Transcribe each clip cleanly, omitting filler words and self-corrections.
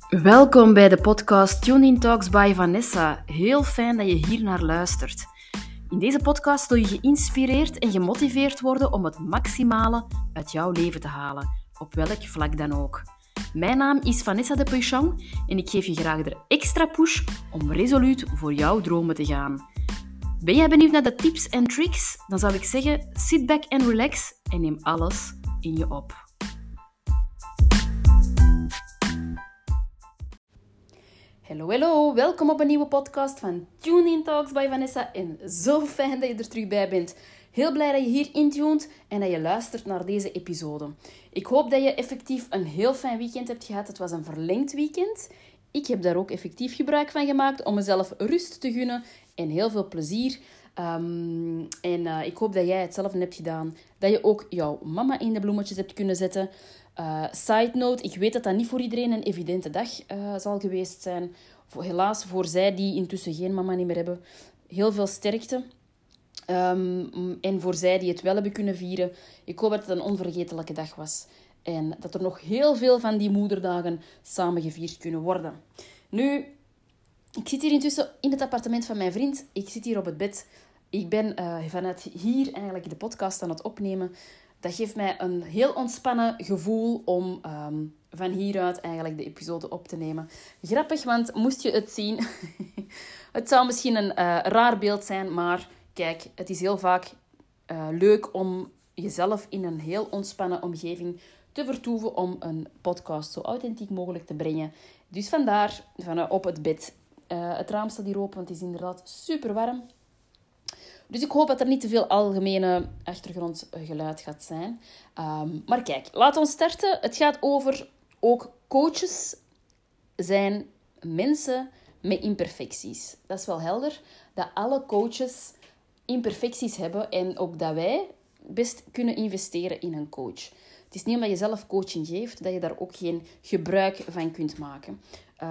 Welkom bij de podcast Tuning Talks by Vanessa. Heel fijn dat je hier naar luistert. In deze podcast zul je geïnspireerd en gemotiveerd worden om het maximale uit jouw leven te halen, op welk vlak dan ook. Mijn naam is Vanessa de Puychong en ik geef je graag de extra push om resoluut voor jouw dromen te gaan. Ben jij benieuwd naar de tips en tricks? Dan zou ik zeggen, sit back and relax en neem alles in je op. Hallo, welkom op een nieuwe podcast van Tuning Talks by Vanessa en zo fijn dat je er terug bij bent. Heel blij dat je hier intuned en dat je luistert naar deze episode. Ik hoop dat je effectief een heel fijn weekend hebt gehad. Het was een verlengd weekend. Ik heb daar ook effectief gebruik van gemaakt om mezelf rust te gunnen en heel veel plezier. Ik hoop dat jij hetzelfde hebt gedaan. Dat je ook jouw mama in de bloemetjes hebt kunnen zetten. Side note, ik weet dat dat niet voor iedereen een evidente dag zal geweest zijn. Helaas voor zij die intussen geen mama niet meer hebben. Heel veel sterkte. En voor zij die het wel hebben kunnen vieren. Ik hoop dat het een onvergetelijke dag was. En dat er nog heel veel van die moederdagen samen gevierd kunnen worden. Nu, ik zit hier intussen in het appartement van mijn vriend. Ik zit hier op het bed. Ik ben vanuit hier eigenlijk de podcast aan het opnemen. Dat geeft mij een heel ontspannen gevoel om van hieruit eigenlijk de episode op te nemen. Grappig, want moest je het zien... het zou misschien een raar beeld zijn, maar kijk, het is heel vaak leuk om jezelf in een heel ontspannen omgeving te vertoeven om een podcast zo authentiek mogelijk te brengen. Dus vandaar, op het bed. Het raam staat hier open, want het is inderdaad super warm. Dus ik hoop dat er niet te veel algemene achtergrondgeluid gaat zijn. Maar kijk, laten we starten. Het gaat over ook coaches zijn mensen met imperfecties. Dat is wel helder, dat alle coaches imperfecties hebben en ook dat wij best kunnen investeren in een coach. Het is niet omdat je zelf coaching geeft, dat je daar ook geen gebruik van kunt maken.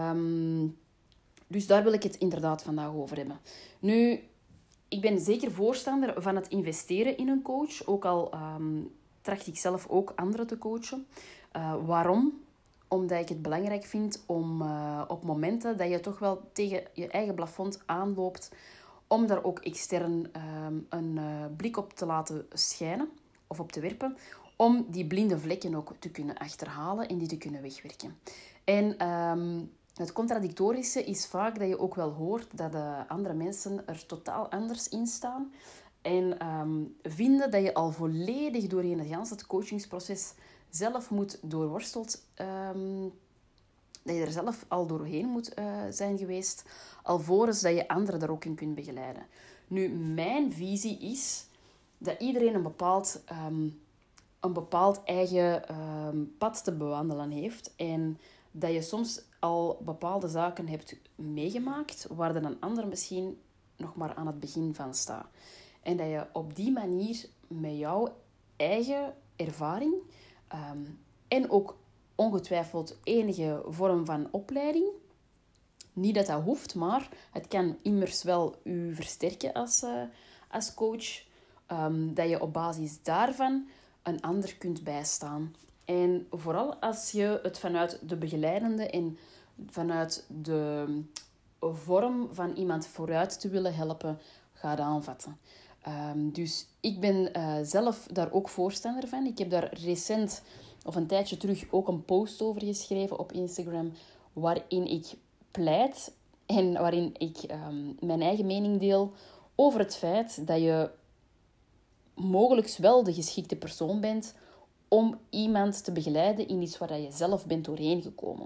Dus daar wil ik het inderdaad vandaag over hebben. Nu, ik ben zeker voorstander van het investeren in een coach, ook al tracht ik zelf ook anderen te coachen. Waarom? Omdat ik het belangrijk vind om op momenten dat je toch wel tegen je eigen plafond aanloopt, om daar ook extern een blik op te laten schijnen of op te werpen, om die blinde vlekken ook te kunnen achterhalen en die te kunnen wegwerken. En het contradictorische is vaak dat je ook wel hoort dat andere mensen er totaal anders in staan en vinden dat je al volledig doorheen het coachingsproces zelf moet doorworsteld, dat je er zelf al doorheen moet zijn geweest, alvorens dat je anderen daar ook in kunt begeleiden. Nu, mijn visie is dat iedereen een bepaald eigen pad te bewandelen heeft en dat je soms al bepaalde zaken hebt meegemaakt waar dan een ander misschien nog maar aan het begin van staat. En dat je op die manier met jouw eigen ervaring en ook ongetwijfeld enige vorm van opleiding, niet dat dat hoeft, maar het kan immers wel u versterken als coach, dat je op basis daarvan een ander kunt bijstaan. En vooral als je het vanuit de begeleidende en vanuit de vorm van iemand vooruit te willen helpen gaat aanvatten. Dus ik ben zelf daar ook voorstander van. Ik heb daar recent, of een tijdje terug, ook een post over geschreven op Instagram, waarin ik pleit en waarin ik mijn eigen mening deel over het feit dat je mogelijk wel de geschikte persoon bent om iemand te begeleiden in iets waar je zelf bent doorheen gekomen.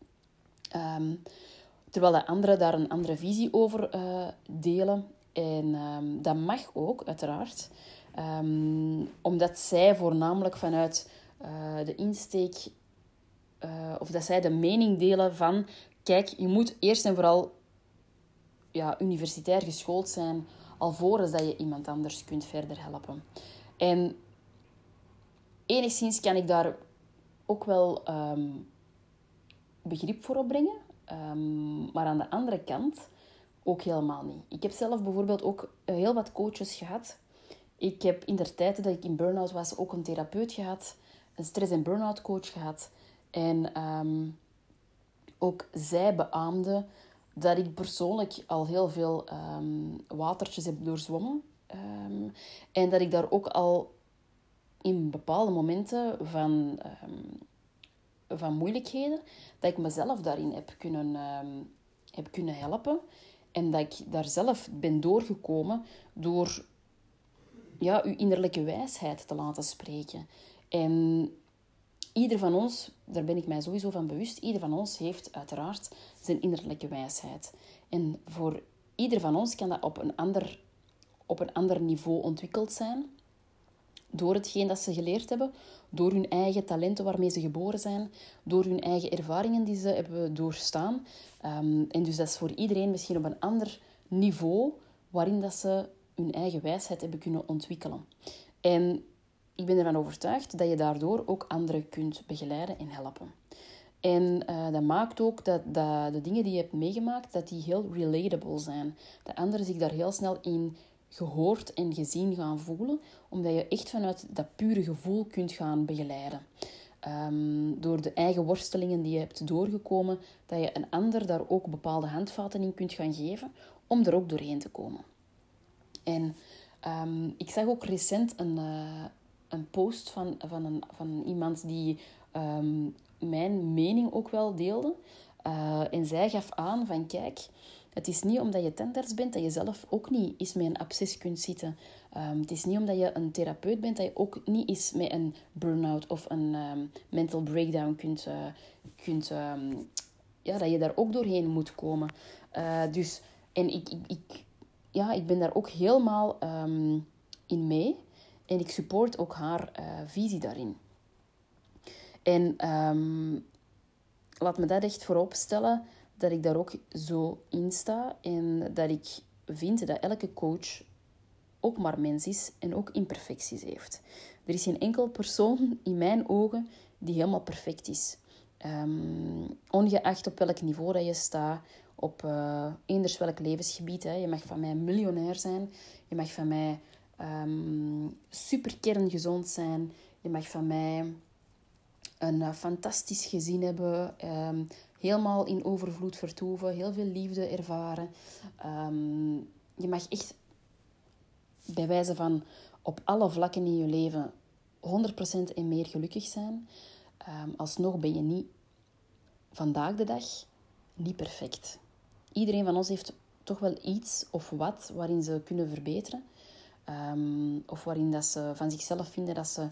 Terwijl de anderen daar een andere visie over delen. En dat mag ook, uiteraard. Omdat zij voornamelijk vanuit de insteek, of dat zij de mening delen van, kijk, je moet eerst en vooral universitair geschoold zijn, alvorens dat je iemand anders kunt verder helpen. En enigszins kan ik daar ook wel begrip voor opbrengen. Maar aan de andere kant ook helemaal niet. Ik heb zelf bijvoorbeeld ook heel wat coaches gehad. Ik heb in de tijd dat ik in burn-out was ook een therapeut gehad. Een stress- en burn-out coach gehad. En ook zij beaamde dat ik persoonlijk al heel veel watertjes heb doorzwommen. En dat ik daar ook al in bepaalde momenten van moeilijkheden, dat ik mezelf daarin heb kunnen helpen. En dat ik daar zelf ben doorgekomen door uw innerlijke wijsheid te laten spreken. En ieder van ons, daar ben ik mij sowieso van bewust, ieder van ons heeft uiteraard zijn innerlijke wijsheid. En voor ieder van ons kan dat op een ander niveau ontwikkeld zijn. Door hetgeen dat ze geleerd hebben, door hun eigen talenten waarmee ze geboren zijn, door hun eigen ervaringen die ze hebben doorstaan. En dus dat is voor iedereen misschien op een ander niveau waarin dat ze hun eigen wijsheid hebben kunnen ontwikkelen. En ik ben ervan overtuigd dat je daardoor ook anderen kunt begeleiden en helpen. En dat maakt ook dat de dingen die je hebt meegemaakt, dat die heel relatable zijn. Dat anderen zich daar heel snel in gehoord en gezien gaan voelen, omdat je echt vanuit dat pure gevoel kunt gaan begeleiden. Door de eigen worstelingen die je hebt doorgekomen, dat je een ander daar ook bepaalde handvaten in kunt gaan geven, om er ook doorheen te komen. En ik zag ook recent een post van iemand die mijn mening ook wel deelde. En zij gaf aan van, kijk, het is niet omdat je tandarts bent dat je zelf ook niet eens met een absces kunt zitten. Het is niet omdat je een therapeut bent dat je ook niet eens met een burn-out of een mental breakdown dat je daar ook doorheen moet komen. En ik ben daar ook helemaal in mee. En ik support ook haar visie daarin. En laat me dat echt voorop stellen, dat ik daar ook zo in sta. En dat ik vind dat elke coach ook maar mens is en ook imperfecties heeft. Er is geen enkel persoon in mijn ogen die helemaal perfect is. Ongeacht op welk niveau dat je staat, op eenders welk levensgebied. Hè. Je mag van mij miljonair zijn. Je mag van mij super kerngezond zijn. Je mag van mij een fantastisch gezin hebben. Helemaal in overvloed vertoeven. Heel veel liefde ervaren. Je mag echt bij wijze van op alle vlakken in je leven 100% en meer gelukkig zijn. Alsnog ben je niet vandaag de dag niet perfect. Iedereen van ons heeft toch wel iets of wat waarin ze kunnen verbeteren. Of waarin dat ze van zichzelf vinden dat ze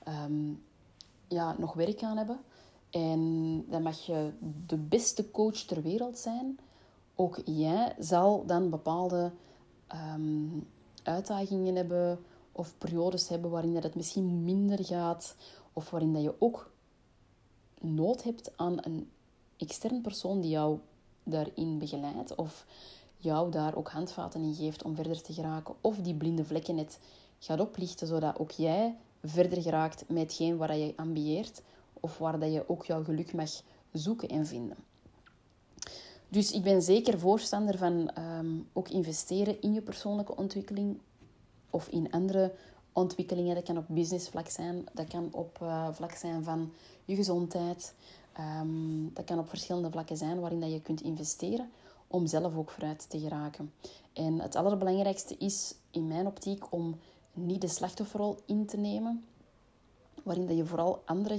nog werk aan hebben. En dan mag je de beste coach ter wereld zijn. Ook jij zal dan bepaalde uitdagingen hebben of periodes hebben waarin dat het misschien minder gaat. Of waarin dat je ook nood hebt aan een extern persoon die jou daarin begeleidt. Of jou daar ook handvaten in geeft om verder te geraken. Of die blinde vlekken net gaat oplichten, zodat ook jij verder geraakt met hetgeen waar je ambieert. Of waar dat je ook jouw geluk mag zoeken en vinden. Dus ik ben zeker voorstander van ook investeren in je persoonlijke ontwikkeling. Of in andere ontwikkelingen. Dat kan op businessvlak zijn. Dat kan op vlak zijn van je gezondheid. Dat kan op verschillende vlakken zijn waarin dat je kunt investeren om zelf ook vooruit te geraken. En het allerbelangrijkste is in mijn optiek om niet de slachtofferrol in te nemen, waarin dat je vooral anderen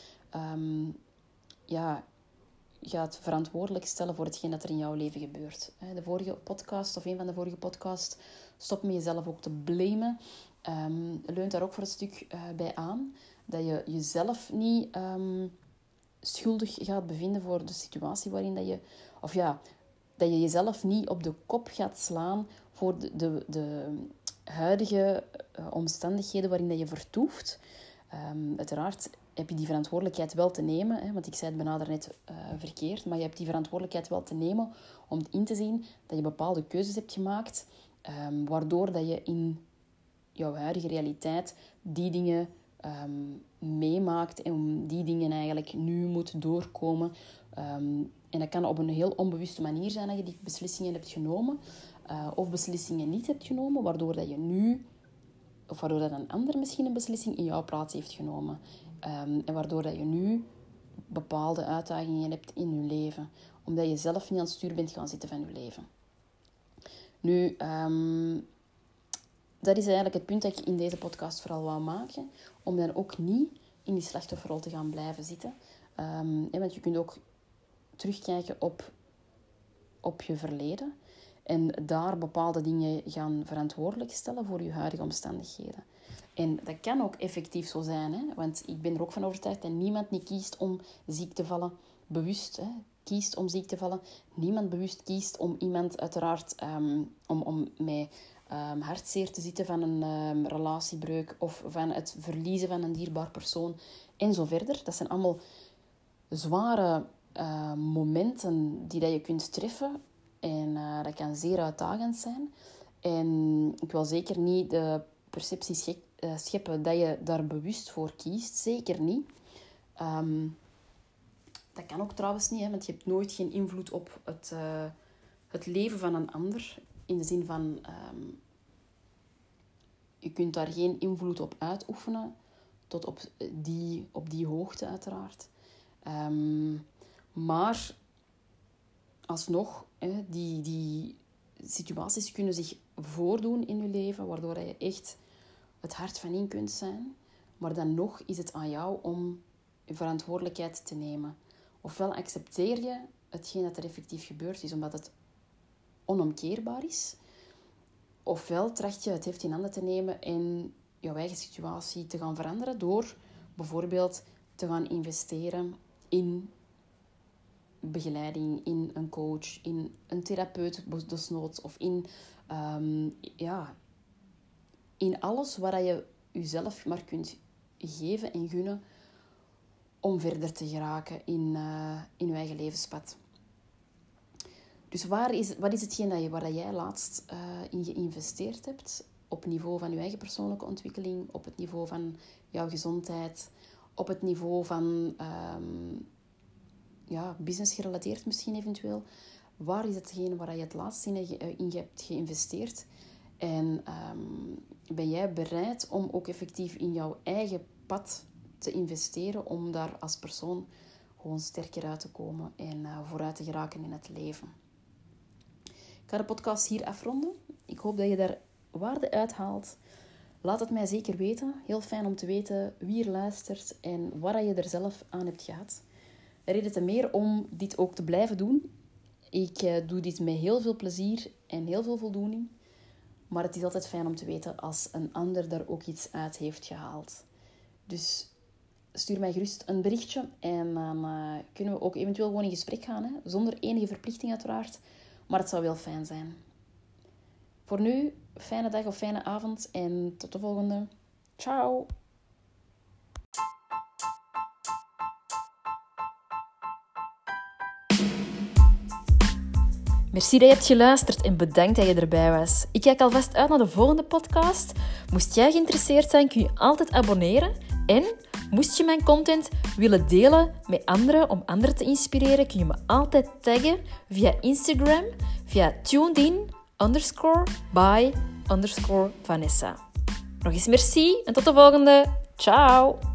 gaat verantwoordelijk stellen voor hetgeen dat er in jouw leven gebeurt. De vorige podcast, of een van de vorige podcasts, stop met jezelf ook te blamen. Leunt daar ook voor een stuk bij aan. Dat je jezelf niet schuldig gaat bevinden voor de situatie waarin dat je... dat je jezelf niet op de kop gaat slaan voor de huidige omstandigheden waarin dat je vertoeft. Uiteraard heb je die verantwoordelijkheid wel te nemen, hè, want ik zei het bijna net verkeerd, maar je hebt die verantwoordelijkheid wel te nemen om in te zien dat je bepaalde keuzes hebt gemaakt, waardoor dat je in jouw huidige realiteit die dingen meemaakt en om die dingen eigenlijk nu moet doorkomen. En dat kan op een heel onbewuste manier zijn dat je die beslissingen hebt genomen of beslissingen niet hebt genomen, waardoor dat je nu, of waardoor dat een ander misschien een beslissing in jouw plaats heeft genomen. En waardoor dat je nu bepaalde uitdagingen hebt in je leven. Omdat je zelf niet aan het stuur bent gaan zitten van je leven. Nu, dat is eigenlijk het punt dat ik in deze podcast vooral wou maken. Om dan ook niet in die slachtofferrol te gaan blijven zitten. Want je kunt ook terugkijken op je verleden. En daar bepaalde dingen gaan verantwoordelijk stellen voor je huidige omstandigheden. En dat kan ook effectief zo zijn. Hè? Want ik ben er ook van overtuigd dat niemand niet kiest om ziek te vallen. Bewust kiest om ziek te vallen. Niemand bewust kiest om iemand uiteraard om met hartzeer te zitten van een relatiebreuk of van het verliezen van een dierbaar persoon en zo verder. Dat zijn allemaal zware momenten die dat je kunt treffen en dat kan zeer uitdagend zijn. En ik wil zeker niet de perceptie scheppen dat je daar bewust voor kiest. Zeker niet. Dat kan ook trouwens niet, want je hebt nooit geen invloed op het leven van een ander. In de zin van, je kunt daar geen invloed op uitoefenen, tot op die hoogte uiteraard. Maar alsnog, die situaties kunnen zich voordoen in je leven, waardoor je echt het hart van in kunt zijn. Maar dan nog is het aan jou om je verantwoordelijkheid te nemen. Ofwel accepteer je hetgeen dat er effectief gebeurd is, omdat het onomkeerbaar is. Ofwel tracht je het heft in handen te nemen en jouw eigen situatie te gaan veranderen door bijvoorbeeld te gaan investeren in begeleiding, in een coach, in een therapeut desnoods of in alles waar je jezelf maar kunt geven en gunnen om verder te geraken in je eigen levenspad. Dus wat is hetgeen waar jij laatst in geïnvesteerd hebt? Op niveau van je eigen persoonlijke ontwikkeling, op het niveau van jouw gezondheid, op het niveau van business gerelateerd misschien eventueel. Waar is hetgeen waar je het laatst in hebt geïnvesteerd? En ben jij bereid om ook effectief in jouw eigen pad te investeren om daar als persoon gewoon sterker uit te komen en vooruit te geraken in het leven? Ik ga de podcast hier afronden. Ik hoop dat je daar waarde uithaalt. Laat het mij zeker weten. Heel fijn om te weten wie er luistert en wat je er zelf aan hebt gehad. Reden te meer om dit ook te blijven doen. Ik doe dit met heel veel plezier en heel veel voldoening. Maar het is altijd fijn om te weten als een ander daar ook iets uit heeft gehaald. Dus stuur mij gerust een berichtje en dan kunnen we ook eventueel gewoon in gesprek gaan. Hè? Zonder enige verplichting uiteraard. Maar het zou wel fijn zijn. Voor nu, fijne dag of fijne avond en tot de volgende. Ciao! Merci dat je hebt geluisterd en bedankt dat je erbij was. Ik kijk alvast uit naar de volgende podcast. Moest jij geïnteresseerd zijn, kun je altijd abonneren. En moest je mijn content willen delen met anderen om anderen te inspireren, kun je me altijd taggen via Instagram, via tunedin_by_Vanessa. Nog eens merci en tot de volgende. Ciao!